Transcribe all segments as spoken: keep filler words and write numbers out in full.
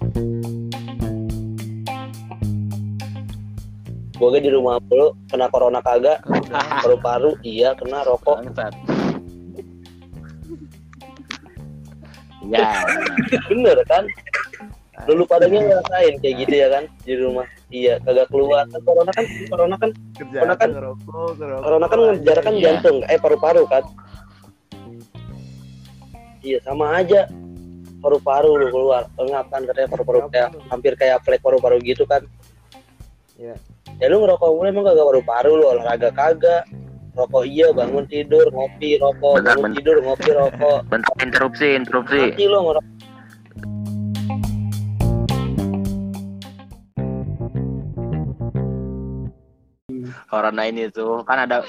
Gue di rumah dulu kena corona kagak, paru-paru iya kena rokok. Ya, bener kan? Dulu padanya ngerasain kayak gitu ya kan di rumah. Iya, kagak keluar. Kan corona kan corona kan corona kan ngerokok, ngerokok. corona kan ngejar kan iya. jantung, eh paru-paru kan. Iya, sama aja. Paru-paru lu keluar. Enggak kan katanya paru-paru kayak hampir kayak flek paru-paru gitu kan. Iya. Ya lu ngerokok mulu emang kagak paru-paru lu, olahraga kagak. Rokok iya, bangun tidur, ngopi, rokok, Bentar, bangun bentar. tidur, ngopi, rokok. bentar interupsi, interupsi. Mati lu ngerokok. Corona ini tuh kan ada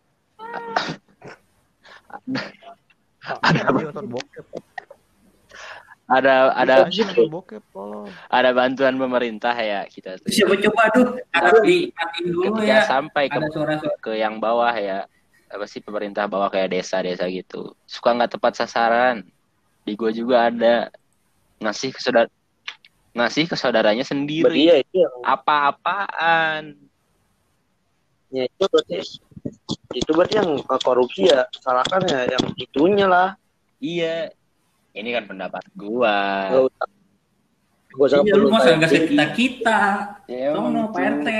Ada nonton bokep. ada ada Nonton bokep tolong. ada bantuan pemerintah ya kita tuh. Coba coba tuh harus dimatiin dulu Ketika ya. sampai ke, Ada suara-suara. ke yang bawah ya, apa sih pemerintah bawah kayak desa-desa gitu, suka nggak tepat sasaran. Di gua juga ada ngasih ke saudara ngasih ke saudaranya sendiri. Iya, itu yang Apa-apaan? ya, itu berarti itu berarti yang korupsi ya, salahkan ya yang itunya lah. Iya. Ini kan pendapat gua. Enggak usah. Gua usah Iya, lu masa nggak kita kita. Ya, Kamu no Pak R T.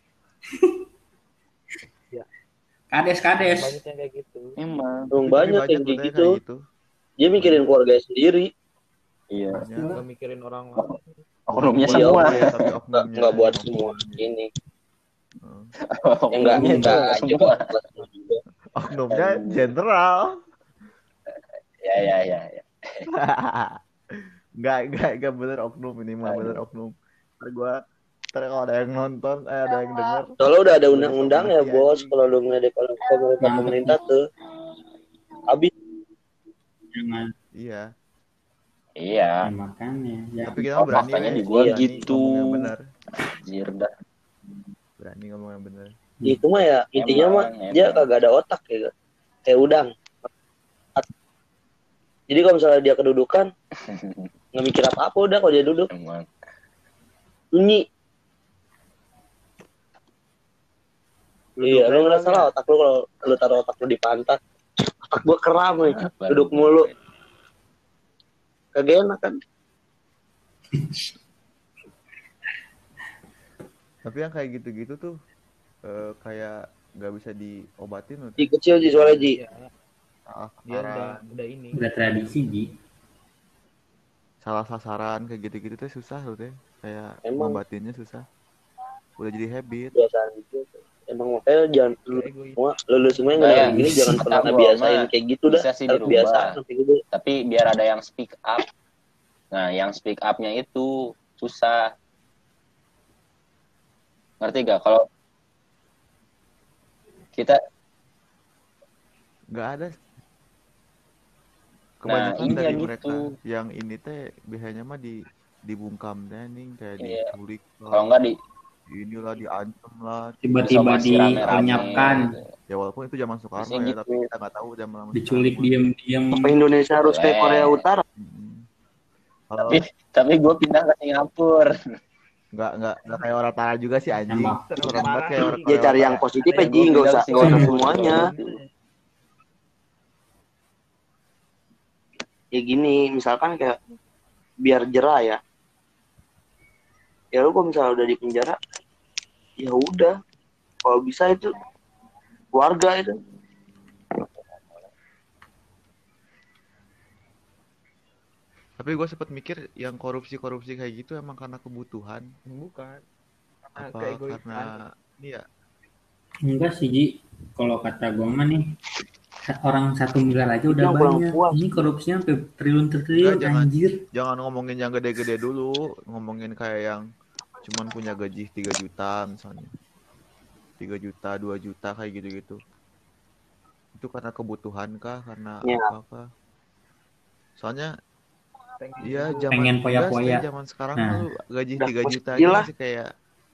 Ya. Kades kades. Banyak yang kayak gitu. Emang. Emang banyak yang udah kayak gitu. gitu. Dia mikirin keluarga sendiri. Iya. Banyak nggak mikirin orang lain. Oknumnya Iya, semua. Iya, tapi Enggak oknumnya enggak buat yang semua oknumnya. ini. Hmm. Enggak Oknumnya enggak juga aja semua. buat semua juga. Oknumnya jenderal. Ya ya ya. ya. Enggak, enggak, enggak bener oknum ini mah bener oknum. Ntar gua ntar kalau ada yang nonton, eh ada yang denger. Soalnya udah ada undang-undang ya, Iya, Bos, iya. kalau lu ngedek kalau pemerintah pemerintah tuh. Habis Jangan. Iya. Iya. Ya, makanya. Ya. Tapi kita mah berani Faktanya weh. di gua Berani gitu. ngomong yang bener. Anjir dah. Berani ngomong yang bener. itu mah ya intinya Emang, mah emang. dia kagak ada otak ya. Kayak udang. Jadi kalau misalnya dia kedudukan nggak mikir apa-apa udah kalau dia duduk. Emang. Sunyi. Iya, lu ngerasa lah otak lu kalau lu taruh otak lu di pantat. Otak gua keram nih, Apa? duduk mulu. Kagak enak kan? Tapi yang kayak gitu-gitu tuh eh, kayak nggak bisa diobatin loh. Ji kecil Ji suara Ji. Salah Dia udah sasaran, udah ini. Udah tradisi Ji. salah sasaran kayak gitu-gitu tuh susah loh teh. Kayak Emang. ngobatinnya susah. Udah jadi habit. Biasaan gitu. Emang makanya jangan lu Egois. semua lu, lu semua yang Nah, dengerin ya. gini jangan Kata pernah gua ngebiasain mah kayak gitu dah. bisa sih Harus dirubah. biasa kayak gitu. Tapi biar ada yang speak up. Nah, yang speak up-nya itu susah. Ngerti gak? Kalau kita Nggak ada. Nah, Kebanyakan iya dari gitu. mereka yang ini teh biasanya mah di dibungkam teh nih kayak Iya. diculik kalau lah, enggak di inilah diancam lah. Tiba-tiba somasi rame-rame dilenyapkan, gitu. Ya walaupun itu zaman Soekarno Biasanya ya, gitu. tapi kita nggak tahu zaman lama diculik sekarang. diam-diam. Apa Indonesia harus kayak Eh. Korea Utara? Mm-mm. Kalau Tapi tapi gue pindah ke Singapura. nggak nggak nggak kayak orang Tara juga sih anjing. Emang. Serem banget kayak orang Ya kayak cari orang yang Tara. positif Ayo, aja, gua nggak usah bilang nggak usah sih. semuanya. Ya gini, misalkan kayak biar jerah ya. Ya lu kalau misalnya udah di penjara, ya udah. Kalau bisa itu keluarga itu. Tapi gue sempet mikir yang korupsi-korupsi kayak gitu emang karena kebutuhan Bukan. Ah, apa keegoisan. karena ini ya Enggak sih Ji. Kalau kata gua mah nih orang satu miliar aja udah Yang kurang banyak. puas. Ini korupsinya sampai triliun-triliun Enggak, jangan. anjir. jangan ngomongin yang gede-gede dulu, ngomongin kayak yang cuman punya gaji tiga juta misalnya. tiga juta, dua juta kayak gitu-gitu. Itu karena kebutuhan kah? Karena Ya. apa-apa? Soalnya Pengen iya itu. zaman Pengen enggak poya-poya. sih, zaman sekarang Nah. lu gaji Udah tiga bos juta kecil aja lah. masih kayak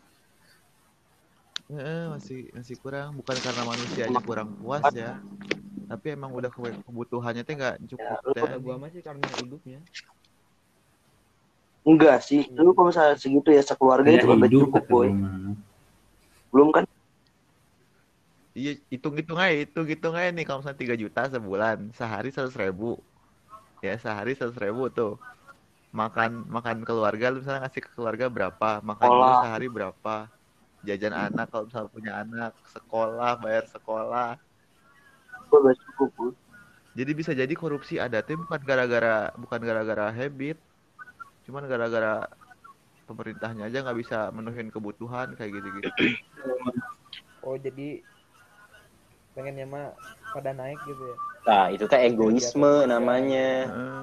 eh, masih masih kurang, bukan karena manusianya kurang puas ya. Tapi emang udah ke- kebutuhannya teh nggak cukup Ya, teh. Kata gua mah sih karena hidupnya. Enggak sih, lu kalau misalnya segitu ya sekeluarga Gaya itu kagak hidup cukup kata boy. gue mah. Belum kan? Iya, hitung-hitung aja, hitung-hitung aja nih kalau misalnya tiga juta sebulan, sehari seratus ribu. Ya, sehari seratus ribu tuh. Makan makan keluarga, lu misalnya ngasih ke keluarga berapa? Makan lu Sekolah, sehari berapa? Jajan anak kalau misalnya punya anak, sekolah, bayar sekolah. gue udah cukup boy. Jadi bisa jadi korupsi ada tuh bukan gara-gara bukan gara-gara habit, cuman gara-gara pemerintahnya aja nggak bisa menuhin kebutuhan kayak gitu-gitu. Oh jadi pengennya mah pada naik gitu ya. Nah, itu teh Yang di egoisme atas aja, namanya. Heeh.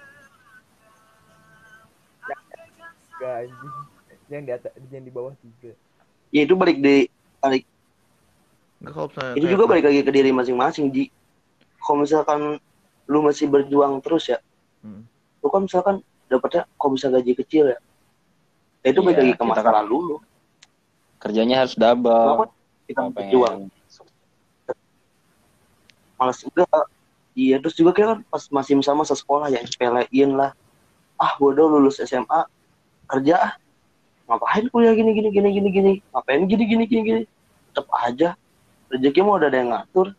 Enggak anjing. Yang di atas yang di bawah tiga. Ya itu balik di balik Nggak kalau misalnya itu kayak juga per- balik lagi ke diri masing-masing Ji. Kalau misalkan lu masih berjuang terus ya, Hmm. lu kan misalkan dapatnya kok bisa gaji kecil ya, ya itu balik Iya, lagi ke kita masa kan lalu lu. kerjanya harus Kenapa double. kita Kalau berjuang? pengen Malas enggak. Iya, terus juga kan pas masih sama sekolah ya sepelein lah. Ah, bodoh lulus S M A kerja ah. Ngapain kuliah gini gini gini gini gini? Ngapain gini gini gini gini? Tetap aja rezeki mau udah ada yang ngatur.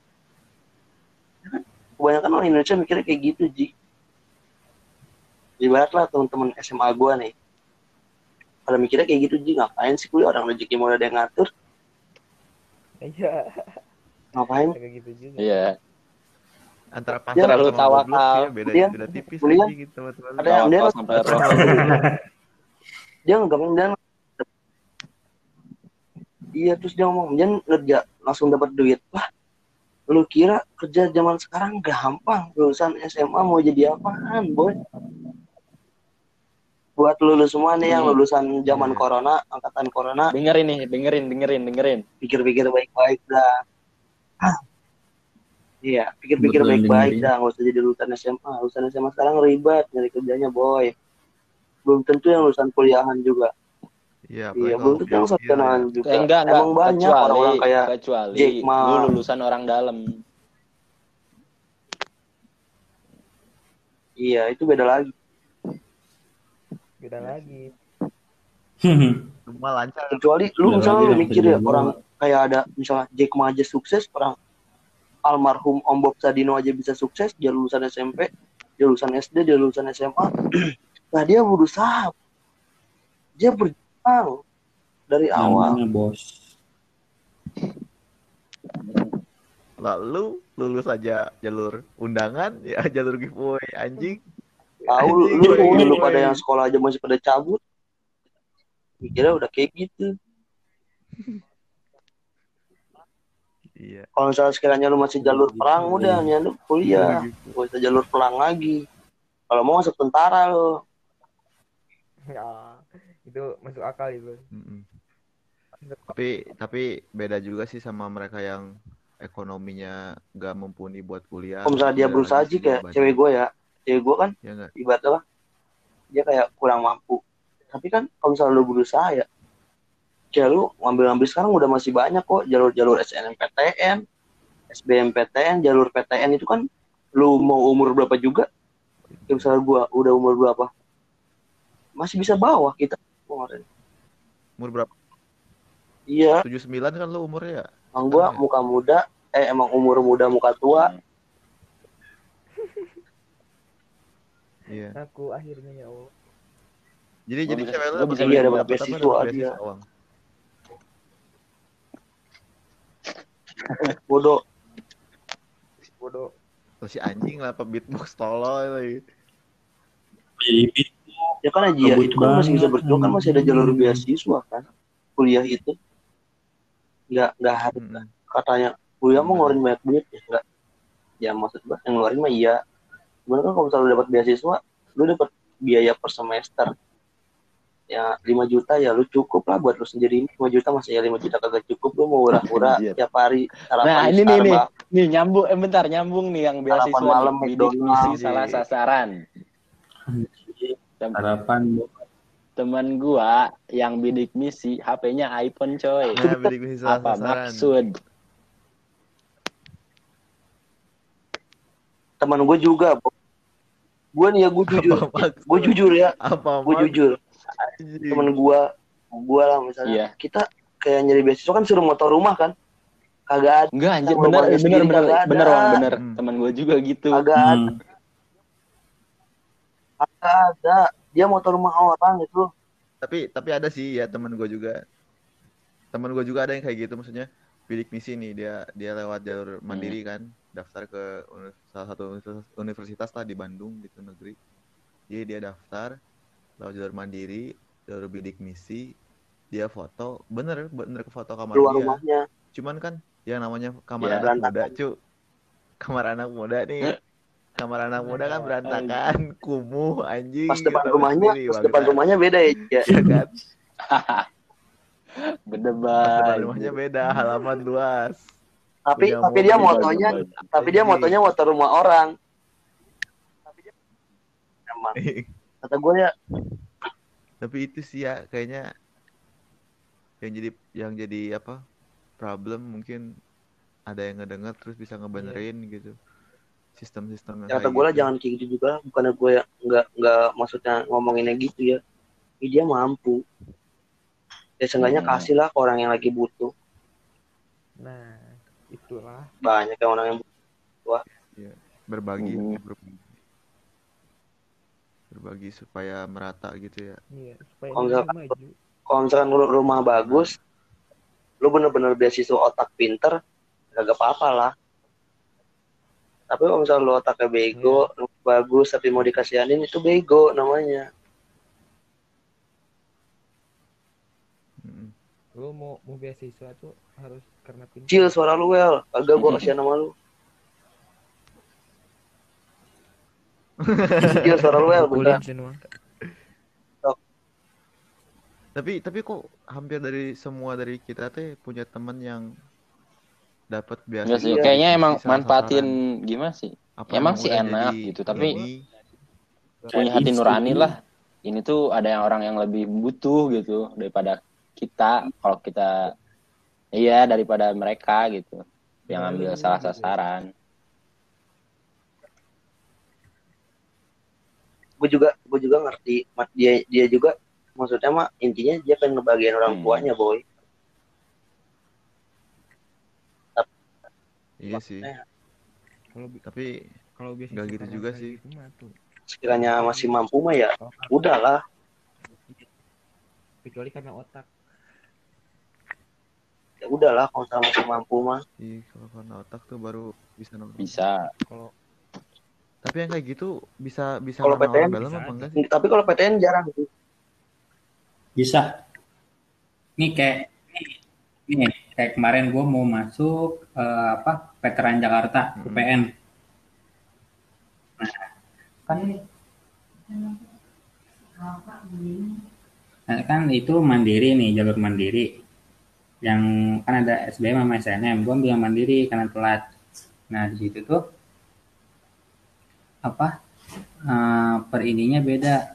Kebanyakan orang Indonesia mikirnya kayak gitu, Ji. Ibaratlah teman-teman S M A gue nih. Pada mikirnya kayak gitu, Ji. Ngapain sih kuliah orang rezeki mau udah ada yang ngatur? Iya. Ngapain? Kayak gitu juga. iya, antara Dia pasar terlalu sama goblok sih tawakal. ya, beda Dia beda tipis kuliah aja gitu teman-teman. ada yang dia tawakal sampai roh. dia nggak dia iya terus dia ngomong dia ngerja langsung dapat duit. Wah, lu kira kerja zaman sekarang gampang? Lulusan S M A mau jadi apaan, boy? Buat lulus semua nih yang Hmm. lulusan zaman Iya. corona, angkatan corona, Dengerin nih, dengerin, dengerin, dengerin. pikir-pikir baik-baik dah. Hah, iya, pikir-pikir Kebetulan baik-baik dengerin. dah, nggak usah jadi lulusan S M A. Lulusan S M A sekarang ribet nyari kerjanya, boy. Belum tentu yang lulusan kuliahan juga. Iya, Iya, apalagi belum kalau tentu yang kuliah ya. sarjanaan Eh, juga. enggak, enggak. Emang banyak Kecuali, orang-orang kayak kecuali Jack Ma. lu lulusan orang dalam. Iya, itu beda lagi. Beda lagi. Semua lancar. Kecuali lu Beda misalnya lagi lu lah mikir kerja ya gua. orang kayak ada misalnya Jack Ma aja sukses, orang almarhum Om Bob Sadino aja bisa sukses, dia lulusan S M P, dia lulusan S D, dia lulusan S M A. Nah, dia berusaha. Dia berjuang dari awal. Namanya bos. Lalu lulus aja jalur undangan ya, jalur giveaway anjing. Tahu Anjing, lu, giveaway. lu pada yang sekolah aja masih pada cabut. Mikirnya udah kayak gitu. Iya. Kalau misalnya sekiranya lu masih jalur perang, udah nih lu kuliah. Gitu. Gak usah jalur perang lagi. Kalau mau masuk tentara lu. Ya, itu masuk akal itu. Mm-mm. Tapi tapi beda juga sih sama mereka yang ekonominya nggak mumpuni buat kuliah. Kalau misalnya dia Kuliah berusaha lagi aja juga kayak banyak. cewek gue ya. Cewek gue kan Ya nggak? ibaratnya lah, dia kayak kurang mampu. Tapi kan kalau misalnya lu berusaha ya, kayak lu ngambil-ngambil sekarang udah masih banyak kok jalur-jalur S N M P T N, S B M P T N, jalur P T N itu kan lu mau umur berapa juga. Kayak misalnya gue udah umur berapa, masih bisa bawa kita kemarin. Umur berapa? Iya, tujuh puluh sembilan kan lu umurnya ya? emang gue Sekarang ya? muka muda, eh emang umur muda muka tua. Iya. Aku akhirnya ya Allah. Jadi Gua jadi bisa- cewek lu gua dapat bisa iya, dapat dapat apa? beasiswa Dapat dia. beasiswa uang. Bodoh. Bodoh. Terus si anjing lah beatbox tolol lagi. Ya kan aja Kebut itu kan masih bisa banget, berjuang kan masih ada jalur anjing. beasiswa kan. Kuliah itu nggak nggak harus Mm-mm. katanya kuliah mau Bener. ngeluarin banyak duit ya enggak. Ya maksud gua yang ngeluarin mah iya. Cuman kan kalau misalnya lu dapat beasiswa, lu dapat biaya per semester. Ya lima juta ya lu cukup lah buat lu sendiri. lima juta masih ya lima juta kagak cukup, lu mau urah-urah Anjir. tiap hari sarapan Nah, di ini nih nih. Starbucks. Nih nyambung, eh bentar nyambung nih yang beasiswa Harapan malam, nih. Bidik McDonald's. misi salah sasaran. Tem- Harapan bos. Teman gua yang bidik misi H P-nya iPhone coy. Nah, bidik misi salah Apa sasaran. maksud? Teman gue juga, Bo. gue nih ya gue jujur, Apa maksud? gue jujur ya, Apa gue maksud? jujur. Anjing. Temen gue, gue lah misalnya, Iya. kita kayak nyari beasiswa kan suruh motor rumah kan, kagak ada. Enggak anjir, Yang bener rumahnya bener sendiri bener kagak ada. bener Bang, bener. Hmm. Teman gue juga gitu. Kagak ada, Hmm. kagak ada. Dia motor rumah orang itu. Tapi tapi ada sih ya teman gue juga. Teman gue juga ada yang kayak gitu, maksudnya bidik misi nih, dia dia lewat jalur mandiri kan, daftar ke uni- salah satu universitas, universitas lah di Bandung gitu negeri. Jadi dia daftar lewat jalur mandiri, jalur bidik misi, dia foto, bener bener ke foto kamar Keluar dia. rumahnya. Cuman kan yang namanya kamar Ya, anak berantakan. muda, cu. Kamar anak muda nih. Kamar anak muda kan berantakan, kumuh anjing. Pas depan tahu rumahnya, sendiri, pas depan bangsat. rumahnya beda ya. Ya. Iya kan? Bener Pas depan banget. rumahnya beda, halaman luas. Tapi Punya tapi dia mobil, motonya, banyak. tapi dia Anjing. motonya motor rumah orang. Tapi dia emang kata gue ya, Tapi itu sih ya kayaknya yang jadi yang jadi apa problem, mungkin ada yang ngedenger terus bisa ngebenerin gitu sistem-sistem yang ya kata kayak gue lah gitu. jangan kayak gitu juga. Bukannya gue ya nggak nggak maksudnya ngomonginnya gitu ya. Ini dia mampu. Ya seenggaknya Hmm. kasih lah ke orang yang lagi butuh. Nah, itulah. Banyak yang orang yang butuh. berbagi Hmm. berbagi berbagi supaya merata gitu ya. Iya, supaya Kalau Indonesia misalkan, maju. kalau misalkan lu rumah bagus, lu bener-bener beasiswa otak pinter, gak apa-apa lah. Tapi kalau misalnya lu otaknya bego, lu bagus tapi mau dikasihanin, itu bego namanya. Mm. Lu mau mau beasiswa tuh harus karena pintar. Cil suara lu Wel, agak gue kasihan sama lu. Cil suara lu Wel, bentar. Pukulin sih nuang. Tapi tapi kok hampir dari semua dari kita teh punya temen yang dapat Enggak sih, beasiswa kayaknya bidik emang misi salah manfaatin sasaran. gimana sih? Apa Emang sih udah enak jadi gitu, tapi ini? punya hati Jadi nurani setuju. lah. Ini tuh ada yang orang yang lebih butuh gitu daripada kita. Kalau kita iya daripada mereka gitu yang Nah, ambil lu salah juga. sasaran. Gue juga gue juga ngerti. Mat- Dia dia juga maksudnya mah intinya dia pengen ngebagian orang Hmm. tuanya boy. Iya sih. Makanya Kalau bi- Tapi kalau beasiswa nggak gitu karena juga kayak sih. gitu mah tuh. sekiranya masih mampu mah ya Kalau karena- udahlah. kecuali karena otak. Ya udahlah kalau misalnya masih mampu mah. Ih, kalau karena otak tuh baru bisa nongkrong. Bisa. Kalau Tapi yang kayak gitu bisa bisa Kalau karena P T N orang dalam bisa apa aja. enggak sih? Tapi kalau P T N jarang sih. Bisa. Nih kayak nih, nih kayak kemarin gue mau masuk eh, apa Veteran Jakarta U P N. Nah, kan nah, kan itu mandiri nih, jalur mandiri. Yang kan ada S B M sama S N M. Gue ambil yang mandiri karena telat. Nah, di situ tuh apa eh, per ininya beda.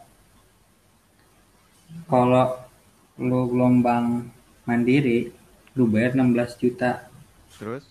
Kalau lu gelombang mandiri, lu bayar enam belas juta. Terus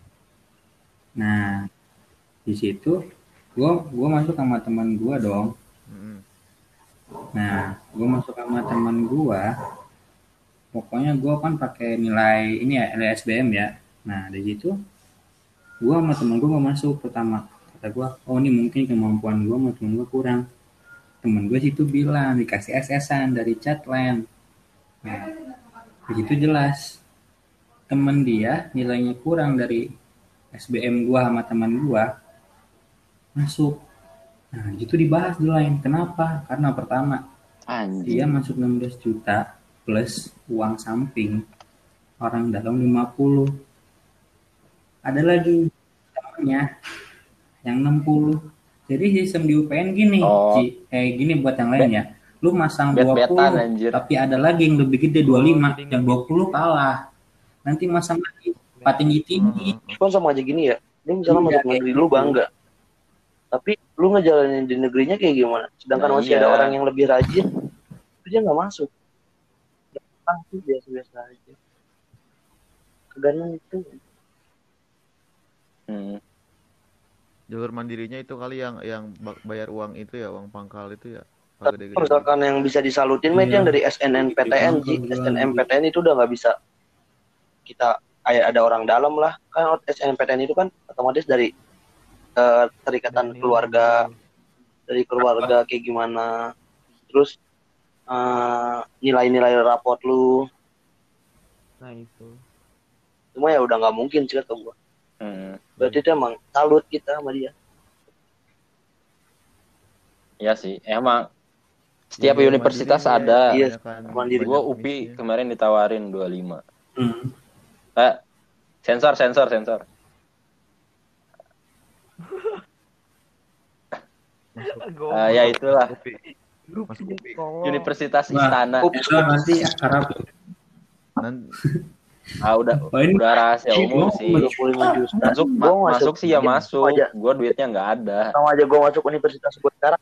Nah, di situ gua gua masuk sama teman gua dong. mm, Nah, gua masuk sama teman gua. Pokoknya gua kan pakai nilai ini ya, nilai S B M ya. Nah, di situ gua sama teman gua mau masuk pertama. Kata gua, "Oh, ini mungkin kemampuan gua sama teman gua kurang." Temen gue situ bilang dikasih S S-an dari Chatland. Nah, begitu jelas temen dia nilainya kurang dari S B M gua sama teman gua masuk. Nah, itu dibahas di lain. Kenapa? Karena pertama dia Anjing. masuk enam belas juta plus uang samping orang dalam lima puluh. Ada lagi temennya yang enam puluh. Jadi sistem di U P N gini, Oh. Ci. Kayak gini buat yang lain ya. Lu masang dua Bet-betan, puluh, anjir. tapi ada lagi yang lebih gede dua puluh lima, Oh, jadi yang dua puluh kalah. Nanti masang lagi empat tinggi-tinggi. Kan sama aja gini ya. Lu misalnya Iya, masuk kayak negeri gitu. lu bangga. Tapi lu ngejalanin di negerinya kayak gimana? Sedangkan Nah, masih iya. ada orang yang lebih rajin, itu dia nggak masuk. Datang tuh biasa-biasa aja. Keganan itu. Hmm. jalur mandirinya itu kali yang yang ba- bayar uang itu ya, uang pangkal itu ya. Pak Tapi gede-gede. misalkan yang bisa disalutin mah itu Iya. yang dari S N M P T N, Ji. S N M P T N itu udah nggak bisa kita kayak ada orang dalam lah. Kan S N M P T N itu kan otomatis dari eh, terikatan Dari keluarga, nilai. dari keluarga kayak gimana. Terus eh, nilai-nilai raport lu. Nah itu. Cuma ya udah nggak mungkin sih kata gua. Hmm. Berarti itu emang salut kita sama dia. Iya sih, emang setiap Jalur universitas mandiri, ada. Iya, kebanyakan mandiri. Gua banyak U P I misnya. kemarin ditawarin dua puluh lima. Hmm. Eh, sensor, sensor, sensor. Masuk Ah, ya itulah. U P I. Grup Masuk U P I. Universitas Wah, Istana. itu nanti harap Nan- Ah, udah Oh, ini udah rahasia umum gua sih. dua puluh lima juta. Masuk Gua ma- masuk sih ya Iya, masuk. sama aja. Gua duitnya nggak ada. Sama aja gua masuk universitas gua sekarang.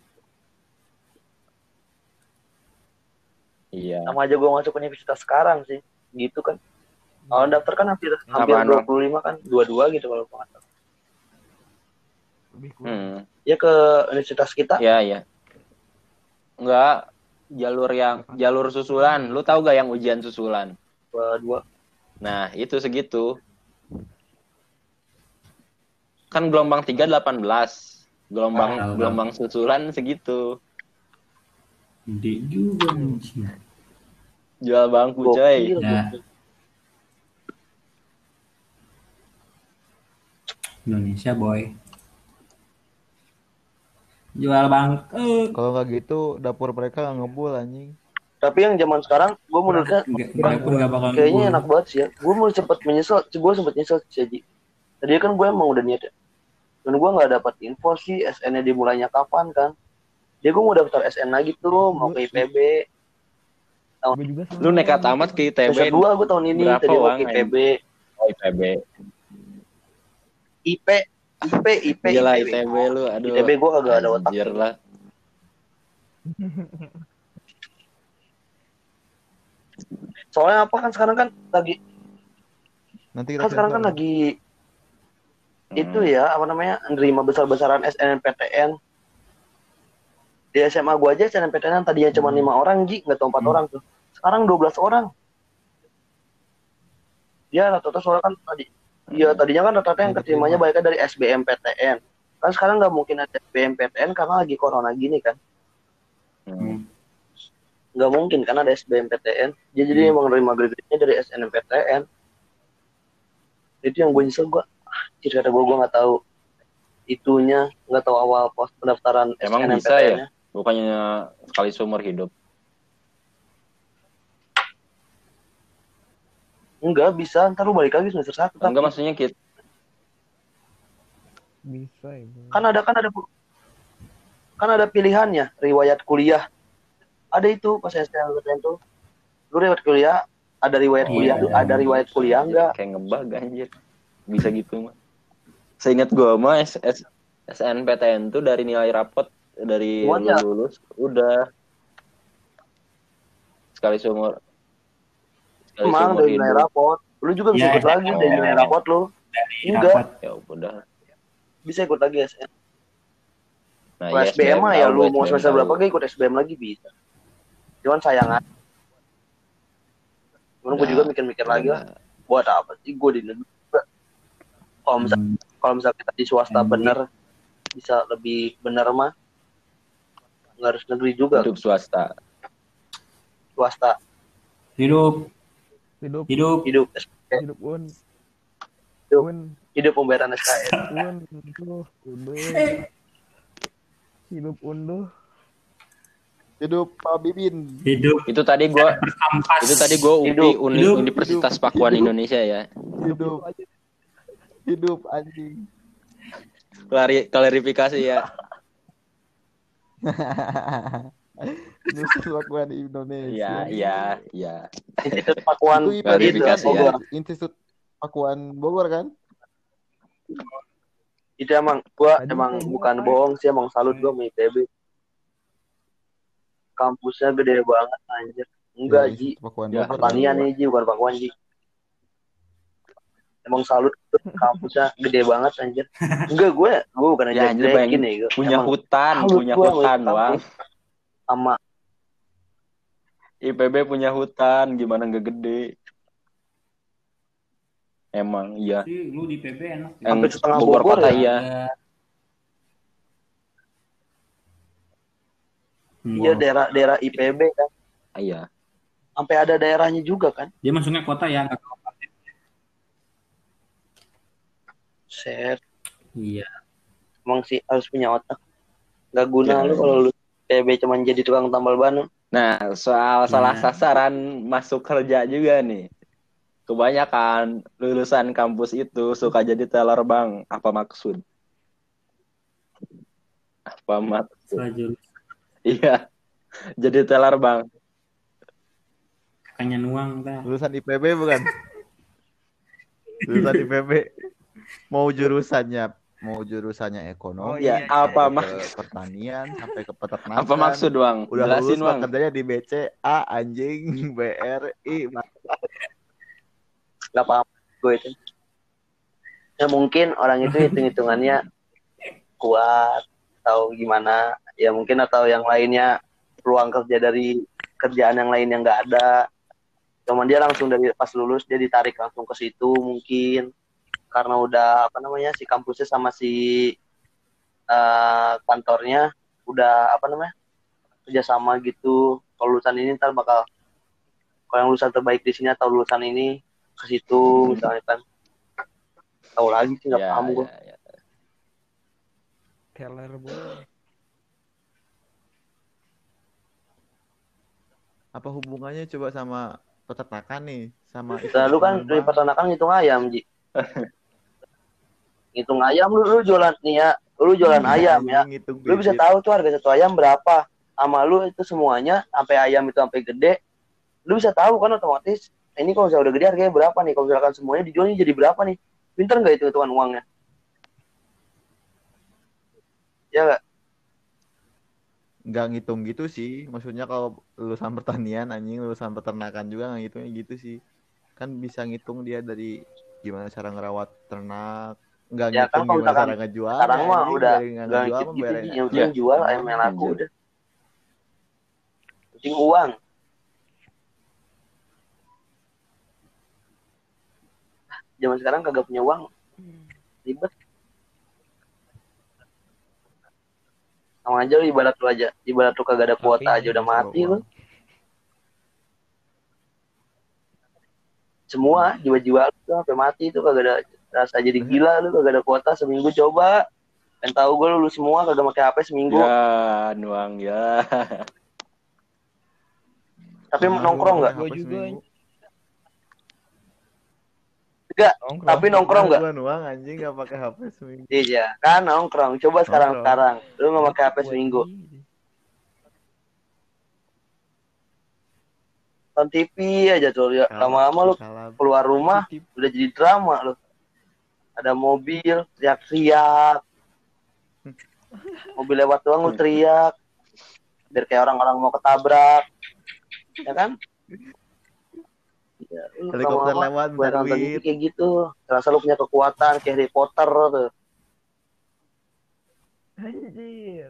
Iya. Sama aja gua masuk universitas sekarang sih. Gitu kan. Kalau daftar kan hampir hampir Apaan, dua Bang? puluh lima kan, dua-dua gitu kalau gua nggak salah. Lebih kurang. Hmm. Ya ke universitas kita. Iya, iya. Enggak jalur yang jalur susulan. Lu tahu gak yang ujian susulan? Dua. Nah, itu segitu. Kan gelombang tiga delapan belas. Gelombang Ah, tahu, gelombang susulan segitu. gede juga anjing. Jual bangku, coy. Gokil, Ya. gokil. Indonesia boy. Jual bangku. Kalau nggak gitu dapur mereka nggak ngebul anjing. Tapi yang zaman sekarang gua menurutnya Enggak enggak pun enggak bakal kayaknya ngebul. enak banget sih ya. Gua mau cepet menyesal, gua sempet nyesel sih Ji. Tadi kan gue emang udah niat ya. Dan gua nggak dapat info sih S N-nya dimulainya kapan kan. Dia gua mau daftar S N lagi tuh, mau ke I P B. Gue juga sama. Lu nekat amat ke I T B. Semester dua gua tahun ini, Berapa tadi mau uang, ke I P B. Oh, I T B. I P, I P, I P, Gila I I T B lu, aduh. I T B gua kagak ada otak. Anjir lah. Soalnya apa kan sekarang kan lagi Nanti kan kita sekarang kan sensor. lagi Hmm. itu ya apa namanya nerima besar-besaran S N M P T N. Di S M A gua aja S N M P T N tadinya cuma Hmm. lima orang Ji, nggak tahu empat Hmm. orang tuh. Sekarang dua belas orang. Ya rata-rata soalnya kan tadi iya tadinya kan rata-rata yang Yang keterimanya keterima. banyak dari S B M P T N. Kan sekarang nggak mungkin ada S B M P T N karena lagi corona gini kan. Hmm. Nggak mungkin kan ada S B M P T N. Dia jadi Hmm. emang nerima grade-nya dari S N M P T N. Itu yang gue nyesel gue. Ah, kira gue gue nggak tahu itunya, nggak tahu awal pos pendaftaran Emang S N M P T N-nya. bisa ya? Bukannya sekali seumur hidup. Enggak bisa, ntar lu balik lagi semester satu. Tapi Enggak maksudnya kita Bisa ya. Bro. kan ada kan ada kan ada pilihannya, riwayat kuliah. Ada itu pas S N M P T N tuh. Lu riwayat kuliah, ada riwayat Iya, kuliah, iya. ada riwayat kuliah enggak? kayak ngebug anjir. Bisa gitu mah. Seingat gua mah S, S, SNPTN tuh dari nilai rapot dari Cuman ya- lu lulus udah sekali seumur sekali Emang seumur dari nilai hidup. rapot. Lu juga bisa Ya, ikut lagi dari oh. nilai rapot lu. Enggak, Dapat. Ya udah. bisa ikut lagi S N. Nah, Kalau ya, S B M mah ya tahu, lu gua mau S B M semester tahu. berapa gak ikut S B M lagi bisa. Cuman sayang aja. Cuman gue Nah, juga mikir-mikir lagi lah. Buat apa sih gue di negeri juga. Kalau misal Hmm. kalau misal kita di swasta Hmm. bener bisa lebih bener mah nggak harus negeri juga. hidup swasta. Swasta Hidup, Hidup, hidup. hidup hidup un. Hidup. Un, hidup pembayaran S K S. un, unduh, unduh. Hidup unduh. Hidup Pak Bibin. Hidup Itu tadi gua berkampas. itu tadi gua U P I Hidup, Uni, hidup, Universitas hidup, Pakuan hidup. Indonesia ya. Hidup. Hidup anjing. Klari, klarifikasi ya. Nusus Pakuan Indonesia. Iya, iya, iya. Institut Pakuan Itu I P B itu Klarifikasi ya. Bogor. Institut Pakuan Bogor kan? Itu emang gua Tadi emang I P B bukan apa? bohong sih, emang salut gua sama I P B. Kampusnya gede banget anjir. Enggak Ya, Ji, Institut Pakuan Ya, Bogor kan? pertanian nih Ji, bukan Pakuan Ji. emang salut kampusnya gede banget anjir. Enggak, gue gue bukan Ya aja anjir jelek bayangin gini gue. punya Emang hutan, salut punya gue hutan, sama Bang. kampus sama I P B punya hutan, gimana nggak gede? Emang iya. Sih, lu di P B enak. Yang hampir setengah Bogor Bogor kota ya. iya. Iya, daerah-daerah I P B kan. Iya. Sampai ada daerahnya juga kan. Dia masuknya kota ya, nggak kabupaten. Set. Iya. Emang sih harus punya otak. Gak guna Ya, lu kalau lu P B cuman jadi tukang tambal ban. Nah, soal salah Iya. sasaran masuk kerja juga nih. Kebanyakan lulusan kampus itu suka jadi teller, Bang. Apa maksud? Apa maksud? Selajur Iya. Jadi teller, Bang. kakaknya nuang dah. Lulusan I P B bukan? Lulusan I P B. Mau jurusannya mau jurusannya ekonomi, Oh, Ya, iya, apa sampai mak- ke pertanian, sampai ke peternakan. apa maksud, Bang? Udah Jelasin, lulus Bang. mah kerjanya di B C A anjing, B R I. Gak paham gue itu. Ya mungkin orang itu hitung-hitungannya kuat atau gimana. Ya mungkin atau yang lainnya peluang kerja dari kerjaan yang lain yang gak ada. Cuman dia langsung dari pas lulus dia ditarik langsung ke situ mungkin. Karena udah apa namanya si kampusnya sama si uh, kantornya udah apa namanya kerjasama gitu. Kalau lulusan ini ntar bakal kalau yang lulusan terbaik di sini atau lulusan ini ke situ misalnya kan. Tahu lagi sih nggak Ya, paham gue. ya, ya. Teller boleh. Apa hubungannya coba sama peternakan nih, sama Lalu kan ikan dari bang? peternakan ngitung ayam, Ji. Ngitung ayam lu, lu jualan nih ya, lu jualan ayam ya. Anjing, ngitung Lu bisa bibit. tahu tuh harga satu ayam berapa. Sama lu itu semuanya sampai ayam itu sampai gede. Lu bisa tahu kan otomatis. Ini kalau misalnya udah gede harganya berapa nih? Kalau misalkan semuanya dijualnya jadi berapa nih? Pinter nggak itu hitungan uangnya? Ya nggak? Nggak ngitung gitu sih, maksudnya kalau lulusan pertanian anjing, lulusan peternakan juga nggak ngitungnya gitu sih. Kan bisa ngitung dia dari gimana cara ngerawat ternak, nggak Ya kan ngitung kalau gimana misalkan cara ngejual. sekarang mah udah nggak nggak ngejual ngikut mah gitu, bayar Ji. Yang penting Ya. jual ayam yang laku udah. Penting uang. Zaman sekarang kagak punya uang, ribet. Sama aja lu ibarat lu aja, ibarat lu kagak ada kuota Tapi aja udah mati lu. uang. Semua jiwa-jiwa lu tuh sampai mati itu kagak ada rasa jadi gila lu kagak ada kuota seminggu coba. Pengen tahu gue lu semua kagak pakai H P seminggu. Ya, nuang ya. Tapi Pernah nongkrong gua nggak? pakai H P Gua juga. seminggu. Enggak, Nongkrong. tapi nongkrong Pernah nggak? gua nuang anjing nggak pakai H P seminggu. Iya, kan nongkrong. Coba sekarang-sekarang. Lu nggak pakai H P Buat seminggu. ini. Nonton T V aja tuh. Ya, lama-lama lu Salah. keluar rumah udah jadi drama lu. Ada mobil teriak-teriak. Mobil lewat doang lu teriak. Biar kayak orang-orang mau ketabrak. Ya kan? Ya, lu Helikopter lama-lama lewat buat bentar nonton T V duit. kayak gitu. Terasa lu punya kekuatan kayak Harry Potter tuh. Anjir.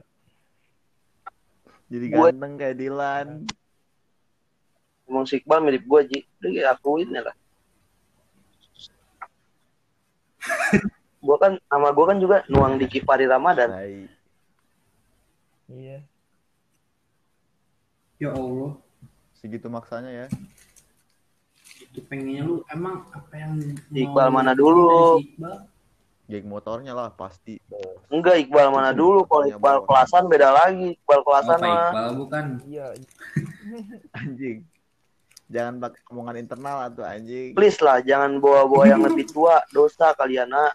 Jadi Gua- ganteng kayak Dilan. Emang si Iqbal mirip gue, Ji. Udah akuin ya lah. Gua kan, nama gue kan juga Nuang Diki Fari Ramadan. Tai. Iya. Ya Allah, Segitu maksanya ya. itu pengennya lu emang apa yang Iqbal mau mana dari dulu? si Iqbal? Geng motornya lah pasti. Enggak, Iqbal mana dulu. Kalau Iqbal kelasan beda lagi. Iqbal Oh, kelasan Pak mah. Iqbal bukan. Iya. Anjing. Jangan pakai omongan internal atau anjing. Please lah, jangan bawa-bawa yang lebih tua. Dosa kalian, nak.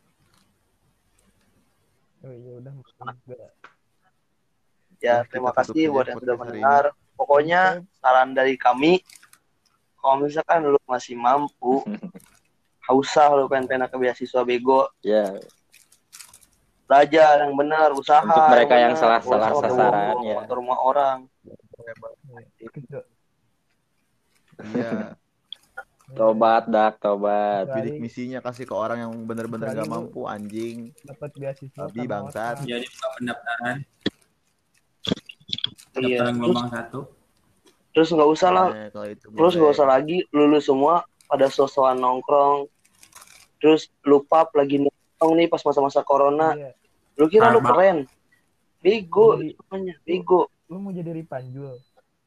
Oh iya udah. Enggak. Ya, Ya, terima kita tutup kasih aja buat yang sudah podcast hari mendengar. Pokoknya saran dari kami, kalau misalkan lu masih mampu, gak usah lu pengen-pengen ke beasiswa bego. Ya, Belajar yang benar, usaha. Untuk mereka yang benar. salah-salah Nggak usah pakai sasaran, uang, ya. ke rumah orang. Iya. Tobat dak, tobat. Bidik Kecuali misinya kasih ke orang yang bener-bener Kecuali gak lu- mampu, anjing. dapat beasiswa Babi tanpa bangsat. otak. Jadi buka pendaftaran, Iya. pendaftaran Terus gelombang satu. terus nggak usah lah. Eh, kalau itu Terus nggak boleh. usah lagi lulus semua pada sosokan nongkrong. Terus lupa lagi nongkrong nih pas masa-masa corona. Iya. Lu kira lu Sama. keren? Bego, Jadi- itu namanya bego. Lu mau jadi Ripanjul.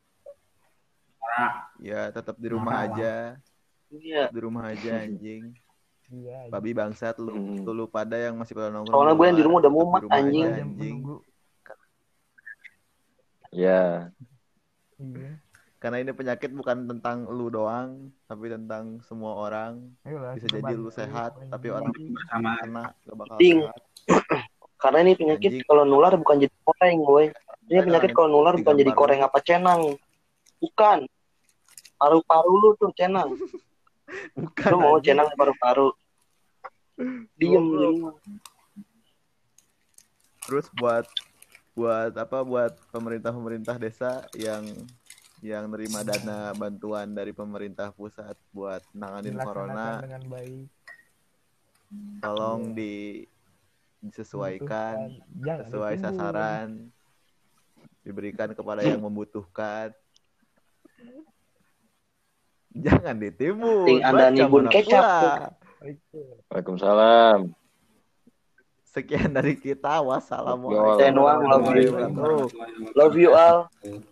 Ora. Ya tetap di rumah Nah, aja. Iya. Di rumah aja anjing. Iya. Babi bangsat lu. Hmm. Tuh lu pada yang masih pada nongkrong. Soalnya gue yang di luar, rumah udah tetap di mumet, rumah anjing. aja, Jam anjing. menunggu. Ya. Iya. Karena ini penyakit bukan tentang lu doang, tapi tentang semua orang. Ayolah, Bisa kita jadi lu bantu, sehat, anjing. tapi orang Bersama. kena gak bakal Anjing. sehat. Karena ini penyakit Anjing. kalau nular bukan jadi koreng, boy. Ini penyakit kalau nular bukan jadi Digambar koreng lu. apa cenang. Bukan. Paru-paru lu tuh cenang. Bukan. Lu mau anjing. cenang paru-paru. Diem Goblok. di rumah. Terus buat buat apa buat pemerintah-pemerintah desa yang yang nerima dana bantuan dari pemerintah pusat buat nanganin Dilaksanakan corona, dengan baik. tolong Iya. di disesuaikan Membutuhkan. Jangan sesuai ditimbun. sasaran, diberikan kepada yang membutuhkan. Jangan ditimbun. Ting Anda Baca nimbun mana kecap pula. tuh. Itu. Waalaikumsalam. Sekian dari kita. Yo, Wassalamualaikum Tenwang, love you. warahmatullahi wabarakatuh. Love you all.